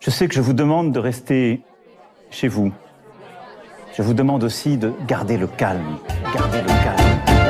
Je sais que je vous demande de rester chez vous. Je vous demande aussi de garder le calme. Gardez le calme.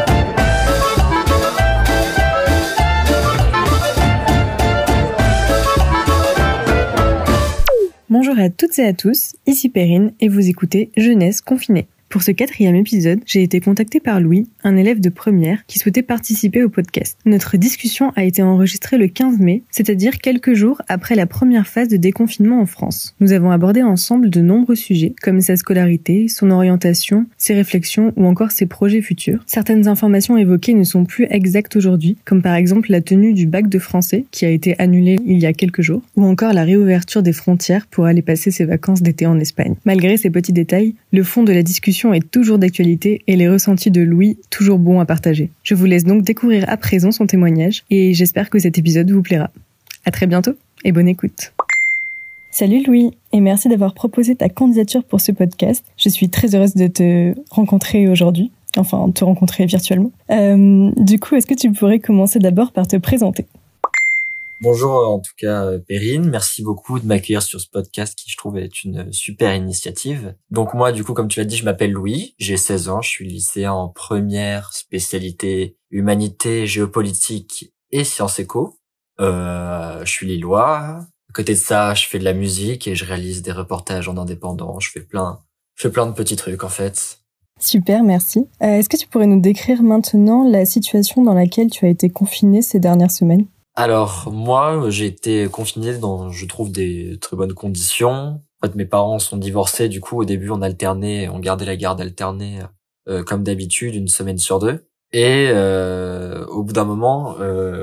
Bonjour à toutes et à tous, ici Perrine et vous écoutez Jeunesse confinée. Pour ce 4e épisode, j'ai été contactée par Louis, un élève de première qui souhaitait participer au podcast. Notre discussion a été enregistrée le 15 mai, c'est-à-dire quelques jours après la première phase de déconfinement en France. Nous avons abordé ensemble de nombreux sujets, comme sa scolarité, son orientation, ses réflexions ou encore ses projets futurs. Certaines informations évoquées ne sont plus exactes aujourd'hui, comme par exemple la tenue du bac de français qui a été annulée il y a quelques jours, ou encore la réouverture des frontières pour aller passer ses vacances d'été en Espagne. Malgré ces petits détails, le fond de la discussion est toujours d'actualité et les ressentis de Louis toujours bons à partager. Je vous laisse donc découvrir à présent son témoignage et j'espère que cet épisode vous plaira. À très bientôt et bonne écoute. Salut Louis et merci d'avoir proposé ta candidature pour ce podcast. Je suis très heureuse de te rencontrer aujourd'hui, enfin te rencontrer virtuellement. Du coup, est-ce que tu pourrais commencer d'abord par te présenter ? Bonjour en tout cas Perrine, merci beaucoup de m'accueillir sur ce podcast qui je trouve est une super initiative. Donc moi du coup comme tu l'as dit je m'appelle Louis, j'ai 16 ans, je suis lycéen en première spécialité humanité, géopolitique et sciences éco. Je suis lillois. À côté de ça je fais de la musique et je réalise des reportages en indépendant, je fais plein de petits trucs en fait. Super, merci. Est-ce que tu pourrais nous décrire maintenant la situation dans laquelle tu as été confiné ces dernières semaines ? Alors, moi, j'ai été confiné dans, je trouve, des très bonnes conditions. En fait, mes parents sont divorcés, du coup, au début, on gardait la garde alternée, comme d'habitude, une semaine sur deux. Et, au bout d'un moment,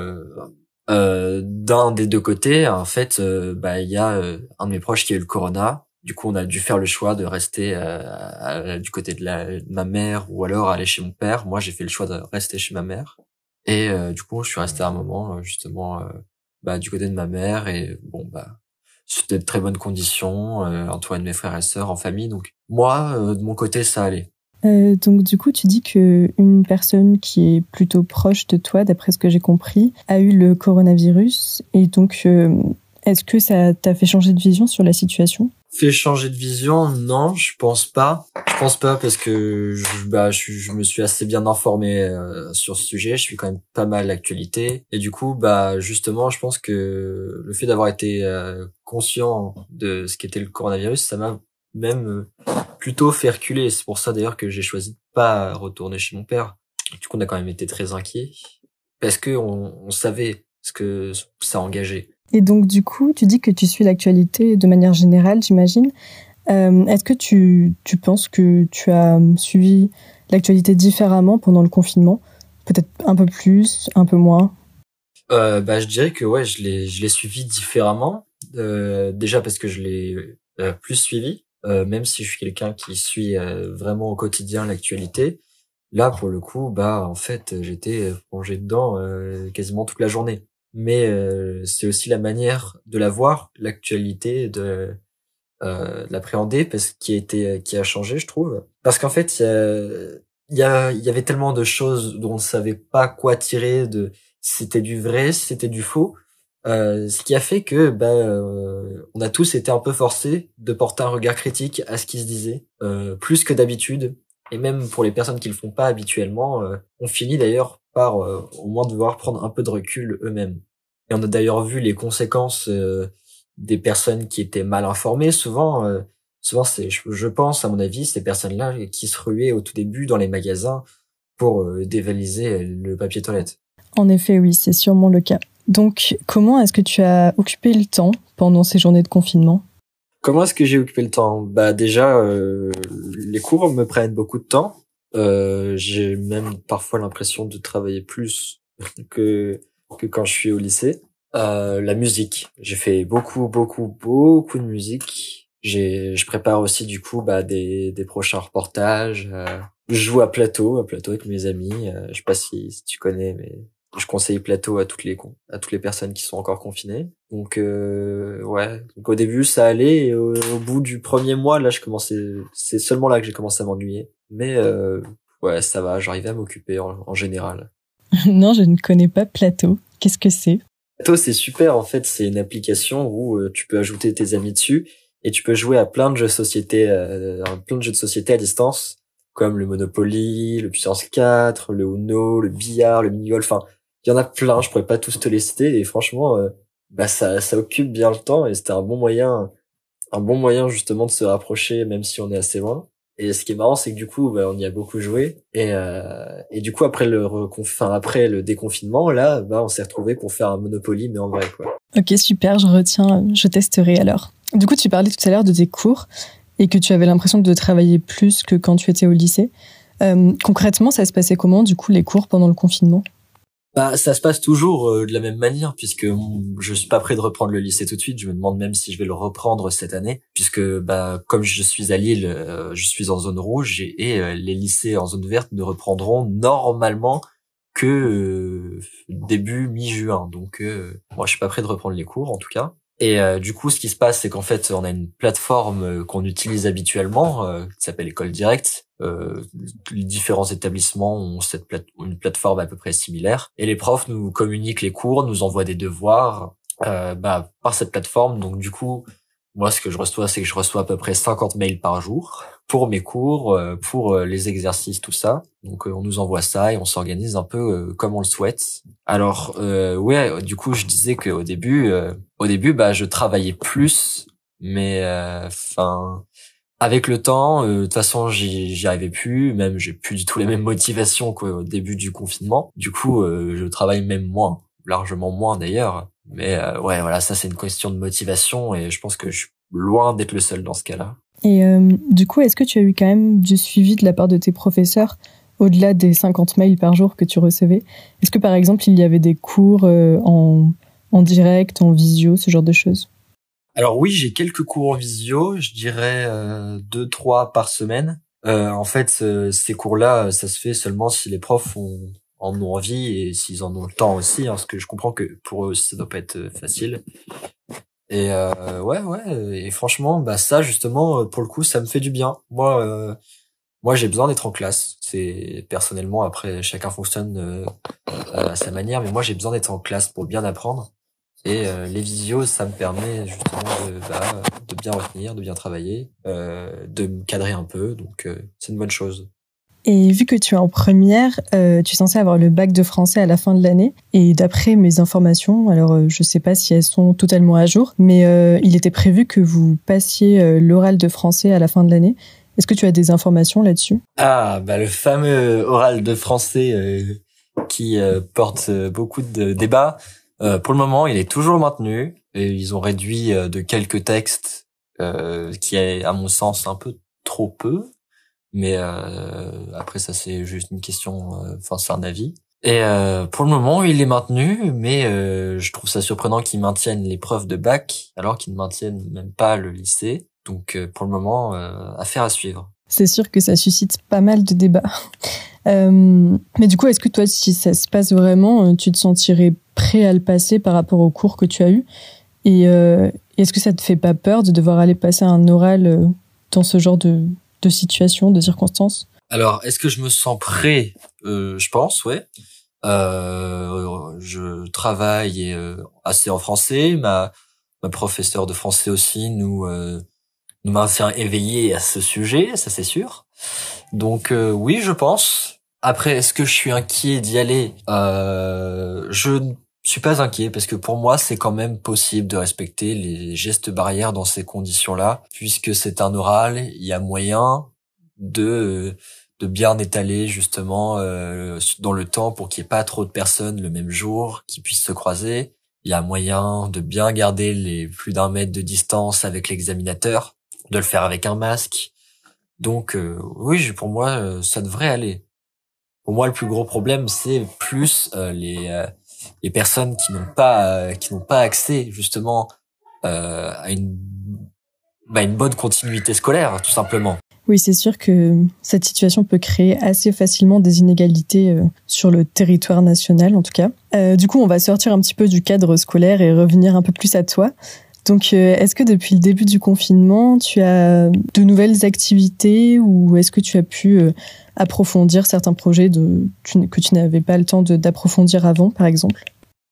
d'un des deux côtés, en fait, il y a un de mes proches qui a eu le corona. Du coup, on a dû faire le choix de rester du côté de ma mère ou alors aller chez mon père. Moi, j'ai fait le choix de rester chez ma mère. Et du coup, je suis resté un moment justement du côté de ma mère et c'était de très bonnes conditions, entouré de mes frères et sœurs en famille. Donc moi, de mon côté, ça allait. Donc du coup, tu dis que une personne qui est plutôt proche de toi, d'après ce que j'ai compris, a eu le coronavirus. Et donc, est-ce que ça t'a fait changer de vision sur la situation ? Fait changer de vision? Non, je pense pas. Je pense pas parce que je me suis assez bien informé sur ce sujet. Je suis quand même pas mal l'actualité et du coup justement, je pense que le fait d'avoir été conscient de ce qu'était le coronavirus, ça m'a même plutôt fait reculer. C'est pour ça d'ailleurs que j'ai choisi de pas retourner chez mon père. Du coup, on a quand même été très inquiets parce que on savait ce que ça engageait. Et donc, du coup, tu dis que tu suis l'actualité de manière générale, j'imagine. Est-ce que tu penses que tu as suivi l'actualité différemment pendant le confinement ? Peut-être un peu plus, un peu moins ? Je dirais que ouais, je l'ai suivi différemment. Déjà parce que je l'ai plus suivi, même si je suis quelqu'un qui suit vraiment au quotidien l'actualité. Là, pour le coup, en fait, j'étais plongé dedans quasiment toute la journée. Mais c'est aussi la manière de la voir, l'actualité, de l'appréhender, parce qui a changé, je trouve. Parce qu'en fait, il y avait tellement de choses dont on ne savait pas quoi tirer de si c'était du vrai, si c'était du faux. Ce qui a fait que on a tous été un peu forcés de porter un regard critique à ce qui se disait, plus que d'habitude. Et même pour les personnes qui le font pas habituellement, on finit d'ailleurs par au moins devoir prendre un peu de recul eux-mêmes. Et on a d'ailleurs vu les conséquences des personnes qui étaient mal informées. Souvent c'est, je pense, à mon avis, ces personnes-là qui se ruaient au tout début dans les magasins pour dévaliser le papier toilette. En effet, oui, c'est sûrement le cas. Donc, comment est-ce que tu as occupé le temps pendant ces journées de confinement ? Comment est-ce que j'ai occupé le temps ? Déjà, les cours me prennent beaucoup de temps. J'ai même parfois l'impression de travailler plus que quand je suis au lycée. La musique. J'ai fait beaucoup de musique. Je prépare aussi du coup des prochains reportages. Je joue à Plateau avec mes amis. Je sais pas si tu connais, mais je conseille Plateau à toutes les personnes qui sont encore confinées. Donc Donc au début ça allait et au bout du premier mois là c'est seulement là que j'ai commencé à m'ennuyer. Mais ça va, j'arrivais à m'occuper en général. Non, je ne connais pas Plateau. Qu'est-ce que c'est ? Plato, c'est super. En fait, c'est une application où tu peux ajouter tes amis dessus et tu peux jouer à plein de jeux de société, à distance, comme le Monopoly, le Puissance 4, le Uno, le billard, le mini-golf. Enfin, il y en a plein. Je pourrais pas tous te les citer. Et franchement, ça occupe bien le temps et c'était un bon moyen justement de se rapprocher, même si on est assez loin. Et ce qui est marrant, c'est que du coup, on y a beaucoup joué. Et du coup, après après le déconfinement, là, on s'est retrouvés pour faire un Monopoly, mais en vrai, quoi. Ok, super, je retiens, je testerai alors. Du coup, tu parlais tout à l'heure de tes cours et que tu avais l'impression de travailler plus que quand tu étais au lycée. Concrètement, ça se passait comment, du coup, les cours pendant le confinement ? Ça se passe toujours de la même manière, puisque je suis pas prêt de reprendre le lycée tout de suite. Je me demande même si je vais le reprendre cette année, puisque comme je suis à Lille, je suis en zone rouge et les lycées en zone verte ne reprendront normalement que début mi-juin. Donc moi je suis pas prêt de reprendre les cours en tout cas. Et du coup, ce qui se passe, c'est qu'en fait, on a une plateforme qu'on utilise habituellement, qui s'appelle École Directe. Les différents établissements ont une plateforme à peu près similaire. Et les profs nous communiquent les cours, nous envoient des devoirs par cette plateforme. Donc du coup, moi, ce que je reçois, c'est que je reçois à peu près 50 mails par jour pour mes cours, pour les exercices, tout ça. Donc on nous envoie ça et on s'organise un peu comme on le souhaite. Alors du coup, je disais qu'au début, je travaillais plus, mais avec le temps, de toute façon, j'y arrivais plus. Même, j'ai plus du tout les mêmes motivations qu'au début du confinement. Du coup, je travaille même moins, largement moins d'ailleurs. Mais voilà, ça c'est une question de motivation et je pense que je suis loin d'être le seul dans ce cas-là. Et du coup, est-ce que tu as eu quand même du suivi de la part de tes professeurs au-delà des 50 mails par jour que tu recevais? Est-ce que par exemple, il y avait des cours en direct, en visio, ce genre de choses? Alors oui, j'ai quelques cours en visio, je dirais 2-3 par semaine. En fait, ces cours-là, ça se fait seulement si les profs en ont envie et s'ils en ont le temps aussi, parce que je comprends que pour eux aussi, ça doit pas être facile. Et et franchement, ça justement, pour le coup, ça me fait du bien. Moi, j'ai besoin d'être en classe. C'est personnellement, après, chacun fonctionne à sa manière, mais moi, j'ai besoin d'être en classe pour bien apprendre. Et les visios, ça me permet justement de bien retenir, de bien travailler, de me cadrer un peu. Donc, c'est une bonne chose. Et vu que tu es en première, tu es censé avoir le bac de français à la fin de l'année. Et d'après mes informations, alors je sais pas si elles sont totalement à jour, mais il était prévu que vous passiez l'oral de français à la fin de l'année. Est-ce que tu as des informations là-dessus ? Le fameux oral de français qui porte beaucoup de débats. Pour le moment, il est toujours maintenu. Et ils ont réduit de quelques textes qui est, à mon sens, un peu trop peu. Mais après, ça, c'est juste une question... c'est un avis. Et pour le moment, il est maintenu, mais je trouve ça surprenant qu'ils maintiennent l'épreuve de bac alors qu'ils ne maintiennent même pas le lycée. Donc, pour le moment, affaire à suivre. C'est sûr que ça suscite pas mal de débats. Mais du coup, est-ce que toi, si ça se passe vraiment, tu te sentirais prêt à le passer par rapport aux cours que tu as eus ? Et est-ce que ça te fait pas peur de devoir aller passer un oral dans ce genre de situation, de circonstances ? Alors, est-ce que je me sens prêt ? Je pense, ouais. Je travaille assez en français. Ma professeure de français aussi nous maintient éveillés à ce sujet, ça c'est sûr. Donc oui, je pense. Après, est-ce que je suis inquiet d'y aller ? Je ne suis pas inquiet parce que pour moi, c'est quand même possible de respecter les gestes barrières dans ces conditions-là, puisque c'est un oral, il y a moyen de bien étaler justement dans le temps pour qu'il n'y ait pas trop de personnes le même jour qui puissent se croiser. Il y a moyen de bien garder les plus d'1 mètre de distance avec l'examinateur, de le faire avec un masque. Donc oui, pour moi, ça devrait aller. Pour moi, le plus gros problème, c'est plus les personnes qui n'ont pas accès justement à une bonne continuité scolaire, tout simplement. Oui, c'est sûr que cette situation peut créer assez facilement des inégalités sur le territoire national, en tout cas. Du coup, on va sortir un petit peu du cadre scolaire et revenir un peu plus à toi. Donc, est-ce que depuis le début du confinement, tu as de nouvelles activités ou est-ce que tu as pu approfondir certains projets que tu n'avais pas le temps d'approfondir avant, par exemple ?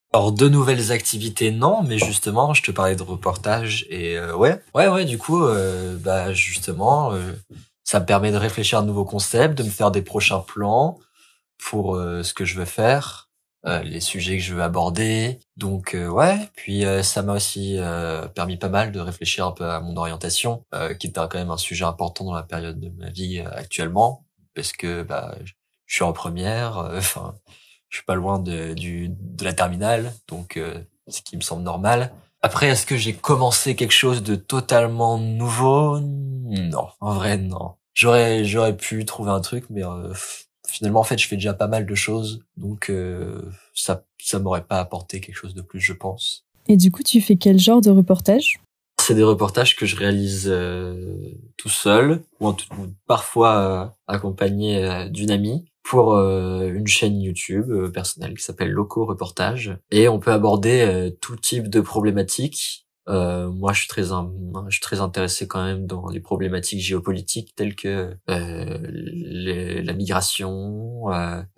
Alors, de nouvelles activités, non, mais justement, je te parlais de reportage et ouais, du coup, justement, ça me permet de réfléchir à de nouveaux concepts, de me faire des prochains plans pour ce que je veux faire, les sujets que je veux aborder. Donc, puis ça m'a aussi permis pas mal de réfléchir un peu à mon orientation, qui est quand même un sujet important dans la période de ma vie actuellement, parce que je suis en première, enfin je suis pas loin de la terminale, donc ce qui me semble normal. Après, est-ce que j'ai commencé quelque chose de totalement nouveau? Non, en vrai, non. J'aurais pu trouver un truc, mais finalement, en fait, je fais déjà pas mal de choses, donc ça m'aurait pas apporté quelque chose de plus, je pense. Et du coup, tu fais quel genre de reportage? C'est des reportages que je réalise tout seul, ou parfois accompagné d'une amie, pour une chaîne YouTube personnelle qui s'appelle Locaux Reportages. Et on peut aborder tout type de problématiques. Moi, je suis très intéressé quand même dans les problématiques géopolitiques telles que la migration,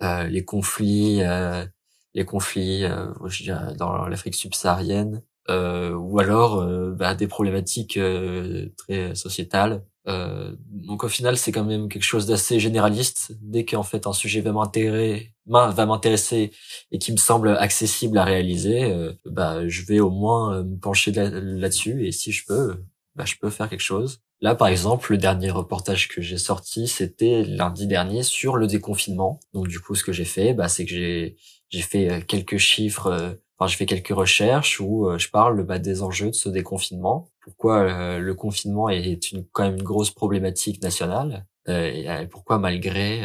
les conflits, je dirais dans l'Afrique subsaharienne, ou alors des problématiques très sociétales. Donc au final, c'est quand même quelque chose d'assez généraliste. Dès qu'en fait un sujet va m'intéresser et qui me semble accessible à réaliser, je vais au moins me pencher là-dessus, et si je peux, je peux faire quelque chose. Là, par exemple, le dernier reportage que j'ai sorti, c'était lundi dernier sur le déconfinement. Donc du coup, ce que j'ai fait, c'est que j'ai fait quelques chiffres. J'ai fait quelques recherches où je parle des enjeux de ce déconfinement. Pourquoi le confinement est quand même une grosse problématique nationale, et pourquoi malgré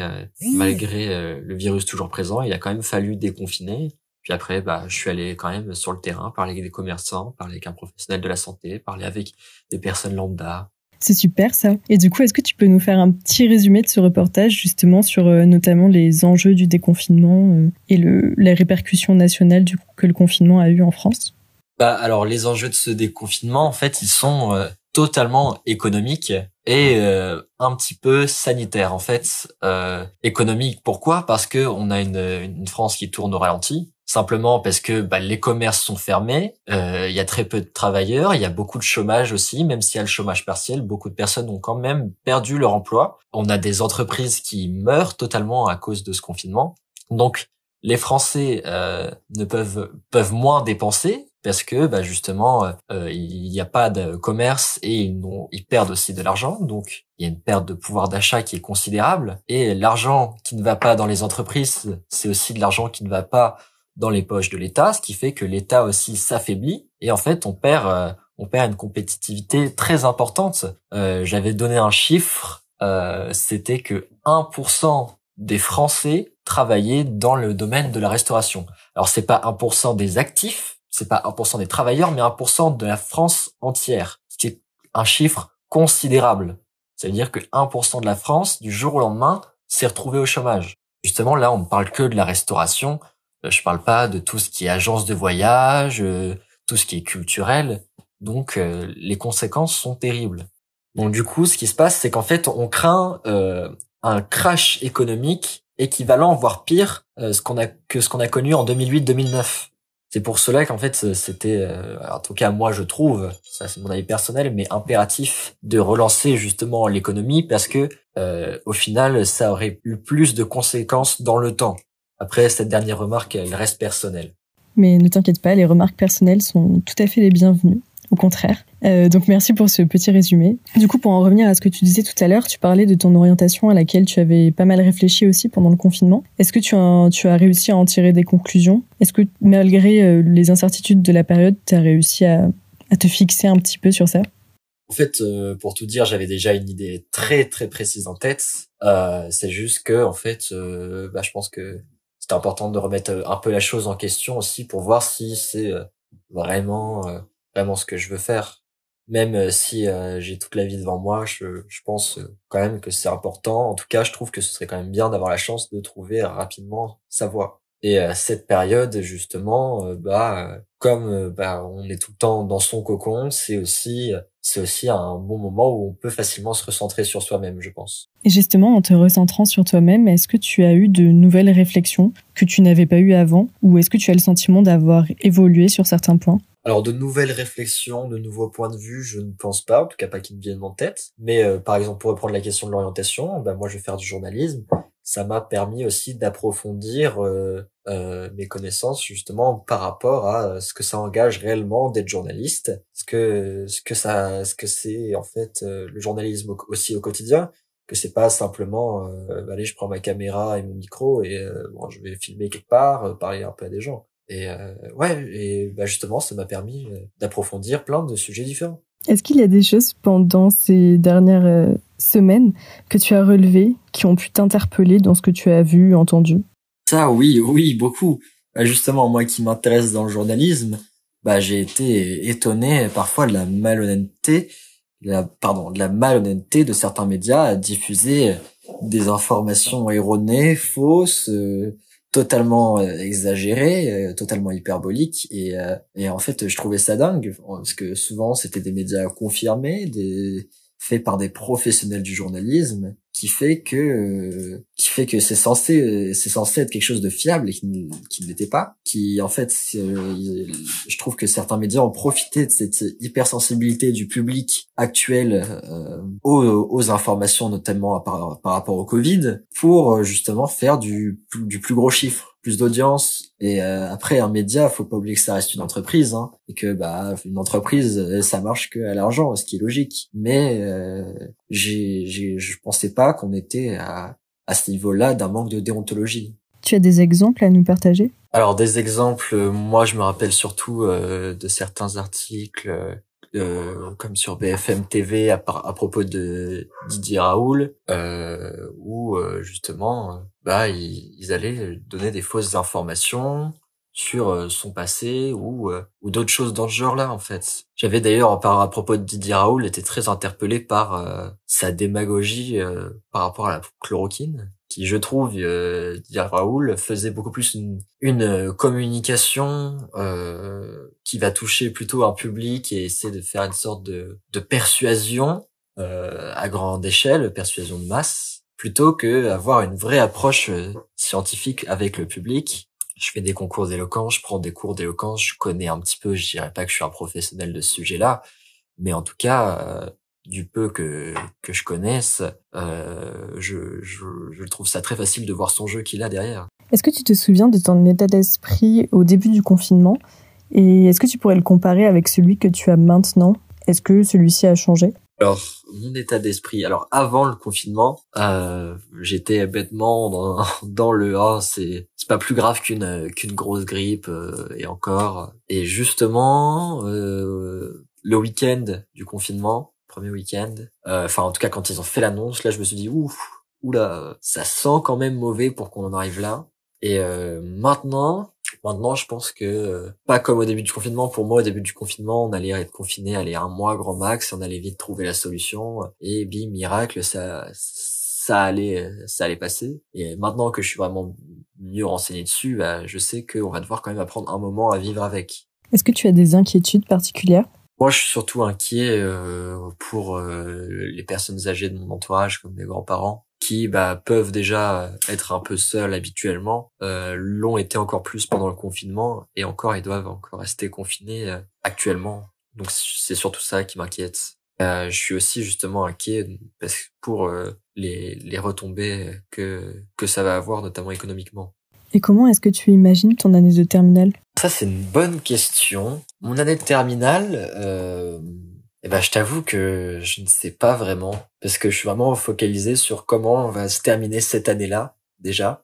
le virus toujours présent, il a quand même fallu déconfiner. Puis après, je suis allé quand même sur le terrain, parler avec des commerçants, parler avec un professionnel de la santé, parler avec des personnes lambda. C'est super ça. Et du coup, est-ce que tu peux nous faire un petit résumé de ce reportage justement sur notamment les enjeux du déconfinement et les répercussions nationales du coup, que le confinement a eu en France? Alors les enjeux de ce déconfinement, en fait, ils sont totalement économiques et un petit peu sanitaires. En fait, économique, pourquoi? Parce que on a une France qui tourne au ralenti. Simplement parce que les commerces sont fermés, il y a très peu de travailleurs, il y a beaucoup de chômage aussi, même s'il y a le chômage partiel, beaucoup de personnes ont quand même perdu leur emploi. On a des entreprises qui meurent totalement à cause de ce confinement. Donc les Français peuvent moins dépenser parce que justement il n'y a pas de commerce et ils perdent aussi de l'argent. Donc il y a une perte de pouvoir d'achat qui est considérable, et l'argent qui ne va pas dans les entreprises, c'est aussi de l'argent qui ne va pas dans les poches de l'État, ce qui fait que l'État aussi s'affaiblit, et en fait on perd une compétitivité très importante. J'avais donné un chiffre, c'était que 1% des Français travaillaient dans le domaine de la restauration. Alors c'est pas 1% des actifs, c'est pas 1% des travailleurs, mais 1% de la France entière, ce qui est un chiffre considérable. Ça veut dire que 1% de la France, du jour au lendemain, s'est retrouvé au chômage. Justement, là, on ne parle que de la restauration. Je parle pas de tout ce qui est agence de voyage, tout ce qui est culturel. Donc, les conséquences sont terribles. Donc, du coup, ce qui se passe, c'est qu'en fait, on craint un crash économique équivalent, voire pire, ce qu'on a connu en 2008-2009. C'est pour cela qu'en fait, c'était, en tout cas, moi, je trouve, ça c'est mon avis personnel, mais impératif de relancer justement l'économie, parce que au final, ça aurait eu plus de conséquences dans le temps. Après, cette dernière remarque, elle reste personnelle. Mais ne t'inquiète pas, les remarques personnelles sont tout à fait les bienvenues. Au contraire. Donc merci pour ce petit résumé. Du coup, pour en revenir à ce que tu disais tout à l'heure, tu parlais de ton orientation à laquelle tu avais pas mal réfléchi aussi pendant le confinement. Est-ce que tu as réussi à en tirer des conclusions? Est-ce que malgré les incertitudes de la période, tu as réussi à te fixer un petit peu sur ça? En fait, pour tout dire, j'avais déjà une idée très très précise en tête. C'est juste que, en fait, je pense que c'est important de remettre un peu la chose en question aussi pour voir si c'est vraiment ce que je veux faire. Même si j'ai toute la vie devant moi, je pense quand même que c'est important. En tout cas, je trouve que ce serait quand même bien d'avoir la chance de trouver rapidement sa voie. Et cette période, justement, comme on est tout le temps dans son cocon, c'est aussi un bon moment où on peut facilement se recentrer sur soi-même, je pense. Et justement, en te recentrant sur toi-même, est-ce que tu as eu de nouvelles réflexions que tu n'avais pas eues avant, ou est-ce que tu as le sentiment d'avoir évolué sur certains points? Alors, de nouvelles réflexions, de nouveaux points de vue, je ne pense pas, en tout cas pas qui me viennent en tête. Mais par exemple, pour reprendre la question de l'orientation, moi je vais faire du journalisme. Ça m'a permis aussi d'approfondir mes connaissances justement par rapport à ce que ça engage réellement d'être journaliste, ce que c'est en fait le journalisme aussi au quotidien, que c'est pas simplement allez, je prends ma caméra et mon micro et je vais filmer quelque part, parler un peu à des gens. Et justement, ça m'a permis d'approfondir plein de sujets différents. Est-ce qu'il y a des choses pendant ces dernières semaines que tu as relevées, qui ont pu t'interpeller dans ce que tu as vu, entendu? Ça, oui, beaucoup. Justement, moi qui m'intéresse dans le journalisme, j'ai été étonné parfois de la malhonnêteté, de certains médias à diffuser des informations erronées, fausses, totalement exagéré, totalement hyperbolique et en fait je trouvais ça dingue parce que souvent c'était des médias confirmés, faits par des professionnels du journalisme qui fait que c'est censé être quelque chose de fiable et qui ne l'était pas, qui en fait je trouve que certains médias ont profité de cette hypersensibilité du public actuel aux informations, notamment par rapport au Covid, pour justement faire du plus gros chiffre, plus d'audience. Et après, un média, faut pas oublier que ça reste une entreprise, hein, et que une entreprise, ça marche que à l'argent, ce qui est logique. Mais je pensais pas qu'on était à ce niveau-là d'un manque de déontologie. Tu as des exemples à nous partager? Alors des exemples, moi je me rappelle surtout de certains articles comme sur BFM TV à propos de Didier Raoult, où justement ils allaient donner des fausses informations sur son passé ou d'autres choses dans ce genre-là en fait. J'avais d'ailleurs à propos de Didier Raoult été très interpellé par sa démagogie par rapport à la chloroquine, qui je trouve Didier Raoult faisait beaucoup plus une communication qui va toucher plutôt un public et essayer de faire une sorte de persuasion à grande échelle, persuasion de masse, plutôt que avoir une vraie approche scientifique avec le public. Je fais des concours d'éloquence, je prends des cours d'éloquence, je connais un petit peu, je dirais pas que je suis un professionnel de ce sujet-là, mais en tout cas du peu que je connaisse, je trouve ça très facile de voir son jeu qu'il a derrière. Est-ce que tu te souviens de ton état d'esprit au début du confinement? Et est-ce que tu pourrais le comparer avec celui que tu as maintenant? Est-ce que celui-ci a changé? Alors, mon état d'esprit. Alors, avant le confinement, j'étais bêtement dans le c'est pas plus grave qu'une grosse grippe et encore. Et justement, le week-end du confinement, premier week-end, en tout cas quand ils ont fait l'annonce, là je me suis dit oula, ça sent quand même mauvais pour qu'on en arrive là. Et maintenant, je pense que pas comme au début du confinement. Pour moi, au début du confinement, on allait être confiné, un mois grand max, on allait vite trouver la solution et bim, miracle, ça allait passer. Et maintenant que je suis vraiment mieux renseigné dessus, je sais qu'on va devoir quand même apprendre un moment à vivre avec. Est-ce que tu as des inquiétudes particulières? Moi, je suis surtout inquiet pour les personnes âgées de mon entourage, comme mes grands-parents, qui peuvent déjà être un peu seuls habituellement, l'ont été encore plus pendant le confinement, et encore ils doivent encore rester confinés actuellement. Donc c'est surtout ça qui m'inquiète. Je suis aussi justement inquiet pour les retombées que ça va avoir, notamment économiquement. Et comment est-ce que tu imagines ton année de terminale? Ça, c'est une bonne question. Mon année de terminale, je t'avoue que je ne sais pas vraiment, parce que je suis vraiment focalisé sur comment on va se terminer cette année-là, déjà.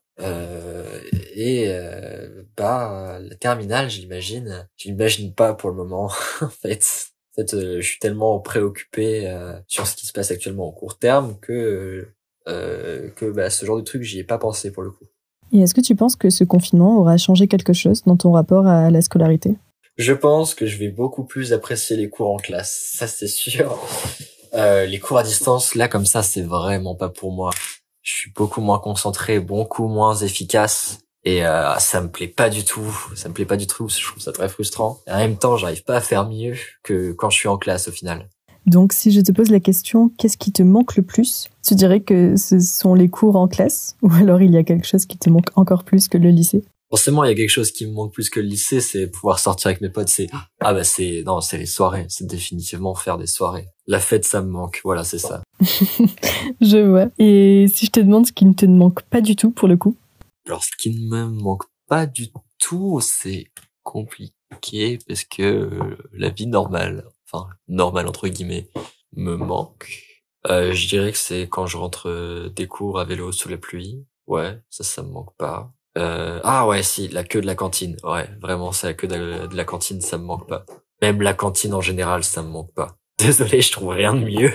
La terminale, je l'imagine pas pour le moment, en fait. Je suis tellement préoccupé sur ce qui se passe actuellement au court terme que ce genre de truc, j'y ai pas pensé pour le coup. Et est-ce que tu penses que ce confinement aura changé quelque chose dans ton rapport à la scolarité? Je pense que je vais beaucoup plus apprécier les cours en classe, ça c'est sûr. Les cours à distance, là comme ça, c'est vraiment pas pour moi. Je suis beaucoup moins concentré, beaucoup moins efficace. Et ça me plaît pas du tout. Ça me plaît pas du tout. Je trouve ça très frustrant. Et en même temps, j'arrive pas à faire mieux que quand je suis en classe au final. Donc, si je te pose la question, qu'est-ce qui te manque le plus? Tu dirais que ce sont les cours en classe? Ou alors il y a quelque chose qui te manque encore plus que le lycée? Forcément, il y a quelque chose qui me manque plus que le lycée, c'est pouvoir sortir avec mes potes. C'est les soirées. C'est définitivement faire des soirées. La fête, ça me manque. Voilà, c'est ça. Je vois. Et si je te demande ce qui ne te manque pas du tout pour le coup? Alors, ce qui ne me manque pas du tout, c'est compliqué parce que la vie normale, enfin normale entre guillemets, me manque. Je dirais que c'est quand je rentre des cours à vélo sous la pluie. Ouais, ça me manque pas. Si, la queue de la cantine. Ouais, vraiment, c'est la queue de la cantine, ça me manque pas. Même la cantine en général, ça me manque pas. Désolé, je trouve rien de mieux.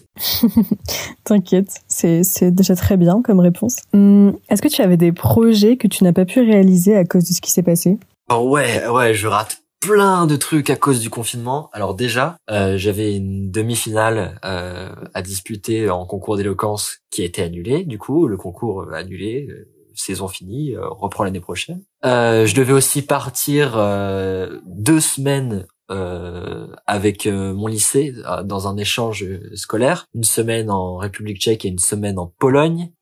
T'inquiète, c'est déjà très bien comme réponse. Est-ce que tu avais des projets que tu n'as pas pu réaliser à cause de ce qui s'est passé? Oh ouais, je rate plein de trucs à cause du confinement. Alors déjà, j'avais une demi-finale à disputer en concours d'éloquence qui a été annulée. Du coup, le concours annulé, saison finie, reprend l'année prochaine. Je devais aussi partir 2 semaines avec mon lycée dans un échange scolaire, 1 semaine en République tchèque et 1 semaine en Pologne.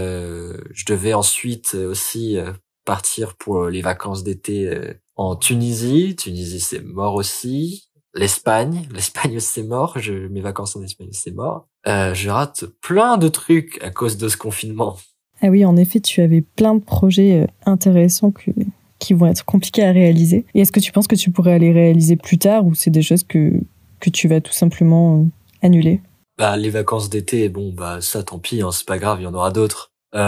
Je devais ensuite aussi partir pour les vacances d'été en Tunisie. Tunisie, c'est mort aussi. L'Espagne aussi, c'est mort. Mes vacances en Espagne, c'est mort. Je rate plein de trucs à cause de ce confinement. Ah oui, en effet, tu avais plein de projets intéressants qui vont être compliqués à réaliser. Et est-ce que tu penses que tu pourrais les réaliser plus tard ou c'est des choses que tu vas tout simplement annuler? Les vacances d'été, ça tant pis, hein, c'est pas grave, il y en aura d'autres.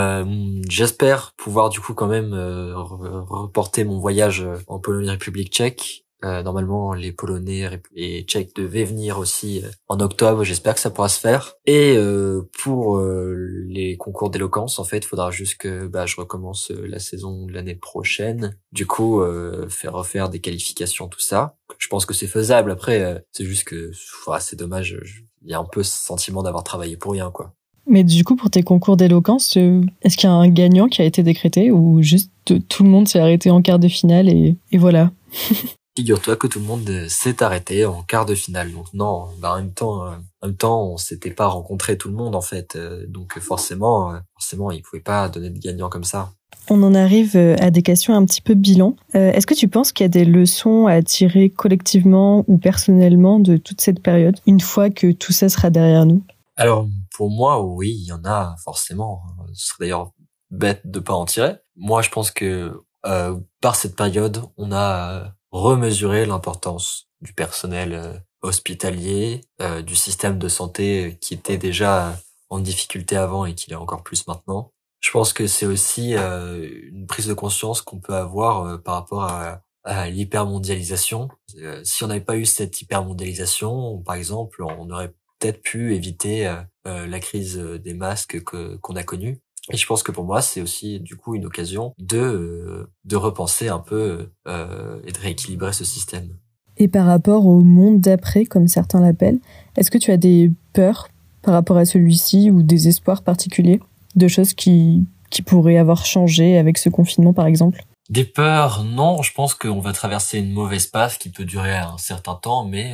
J'espère pouvoir du coup quand même reporter mon voyage en Pologne République tchèque. Normalement, les Polonais et Tchèques devaient venir aussi en octobre. J'espère que ça pourra se faire. Et pour les concours d'éloquence, en fait, il faudra juste que je recommence la saison de l'année prochaine. Du coup, refaire des qualifications, tout ça. Je pense que c'est faisable. Après, c'est juste que c'est dommage. Il y a un peu ce sentiment d'avoir travaillé pour rien, quoi. Mais du coup, pour tes concours d'éloquence, est-ce qu'il y a un gagnant qui a été décrété ou juste tout le monde s'est arrêté en quart de finale et voilà? Figure-toi que tout le monde s'est arrêté en quart de finale. Donc non, en même temps, on s'était pas rencontré tout le monde en fait. Donc forcément, il pouvait pas donner de gagnant comme ça. On en arrive à des questions un petit peu bilan. Est-ce que tu penses qu'il y a des leçons à tirer collectivement ou personnellement de toute cette période, une fois que tout ça sera derrière nous? Alors, pour moi, oui, il y en a forcément. Ce serait d'ailleurs bête de pas en tirer. Moi, je pense que par cette période, on a remesuré l'importance du personnel hospitalier, du système de santé qui était déjà en difficulté avant et qui l'est encore plus maintenant. Je pense que c'est aussi une prise de conscience qu'on peut avoir par rapport à l'hypermondialisation. Si on n'avait pas eu cette hypermondialisation, par exemple, on aurait peut-être pu éviter la crise des masques qu'on a connue. Et je pense que pour moi, c'est aussi du coup une occasion de repenser un peu et de rééquilibrer ce système. Et par rapport au monde d'après, comme certains l'appellent, est-ce que tu as des peurs par rapport à celui-ci ou des espoirs particuliers de choses qui pourraient avoir changé avec ce confinement, par exemple? Des peurs, non. Je pense qu'on va traverser une mauvaise passe qui peut durer un certain temps, mais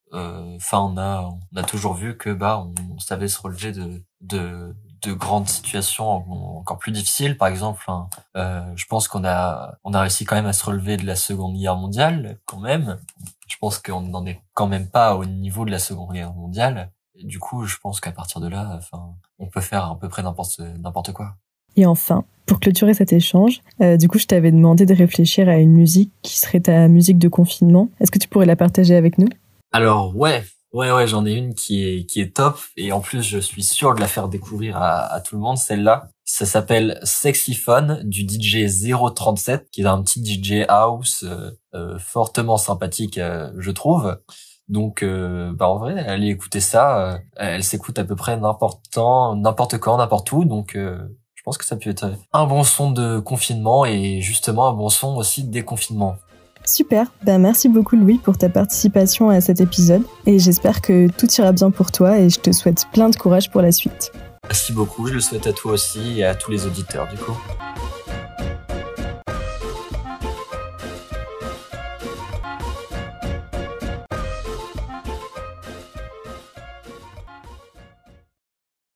on a toujours vu que on savait se relever de grandes situations encore plus difficiles. Par exemple, je pense qu'on a réussi quand même à se relever de la Seconde Guerre mondiale, quand même. Je pense qu'on n'en est quand même pas au niveau de la Seconde Guerre mondiale. Et du coup, je pense qu'à partir de là, on peut faire à peu près n'importe quoi. Et enfin, pour clôturer cet échange, du coup, je t'avais demandé de réfléchir à une musique qui serait ta musique de confinement. Est-ce que tu pourrais la partager avec nous? Alors, ouais, j'en ai une qui est top, et en plus, je suis sûr de la faire découvrir à tout le monde, celle-là. Ça s'appelle Sexy Fun du DJ 037, qui est un petit DJ house fortement sympathique, je trouve. Donc, en vrai, allez écouter ça. Elle s'écoute à peu près n'importe quand, n'importe où. Donc, je pense que ça peut être un bon son de confinement et justement un bon son aussi de déconfinement. Super, merci beaucoup Louis pour ta participation à cet épisode et j'espère que tout ira bien pour toi et je te souhaite plein de courage pour la suite. Merci beaucoup, je le souhaite à toi aussi et à tous les auditeurs du coup.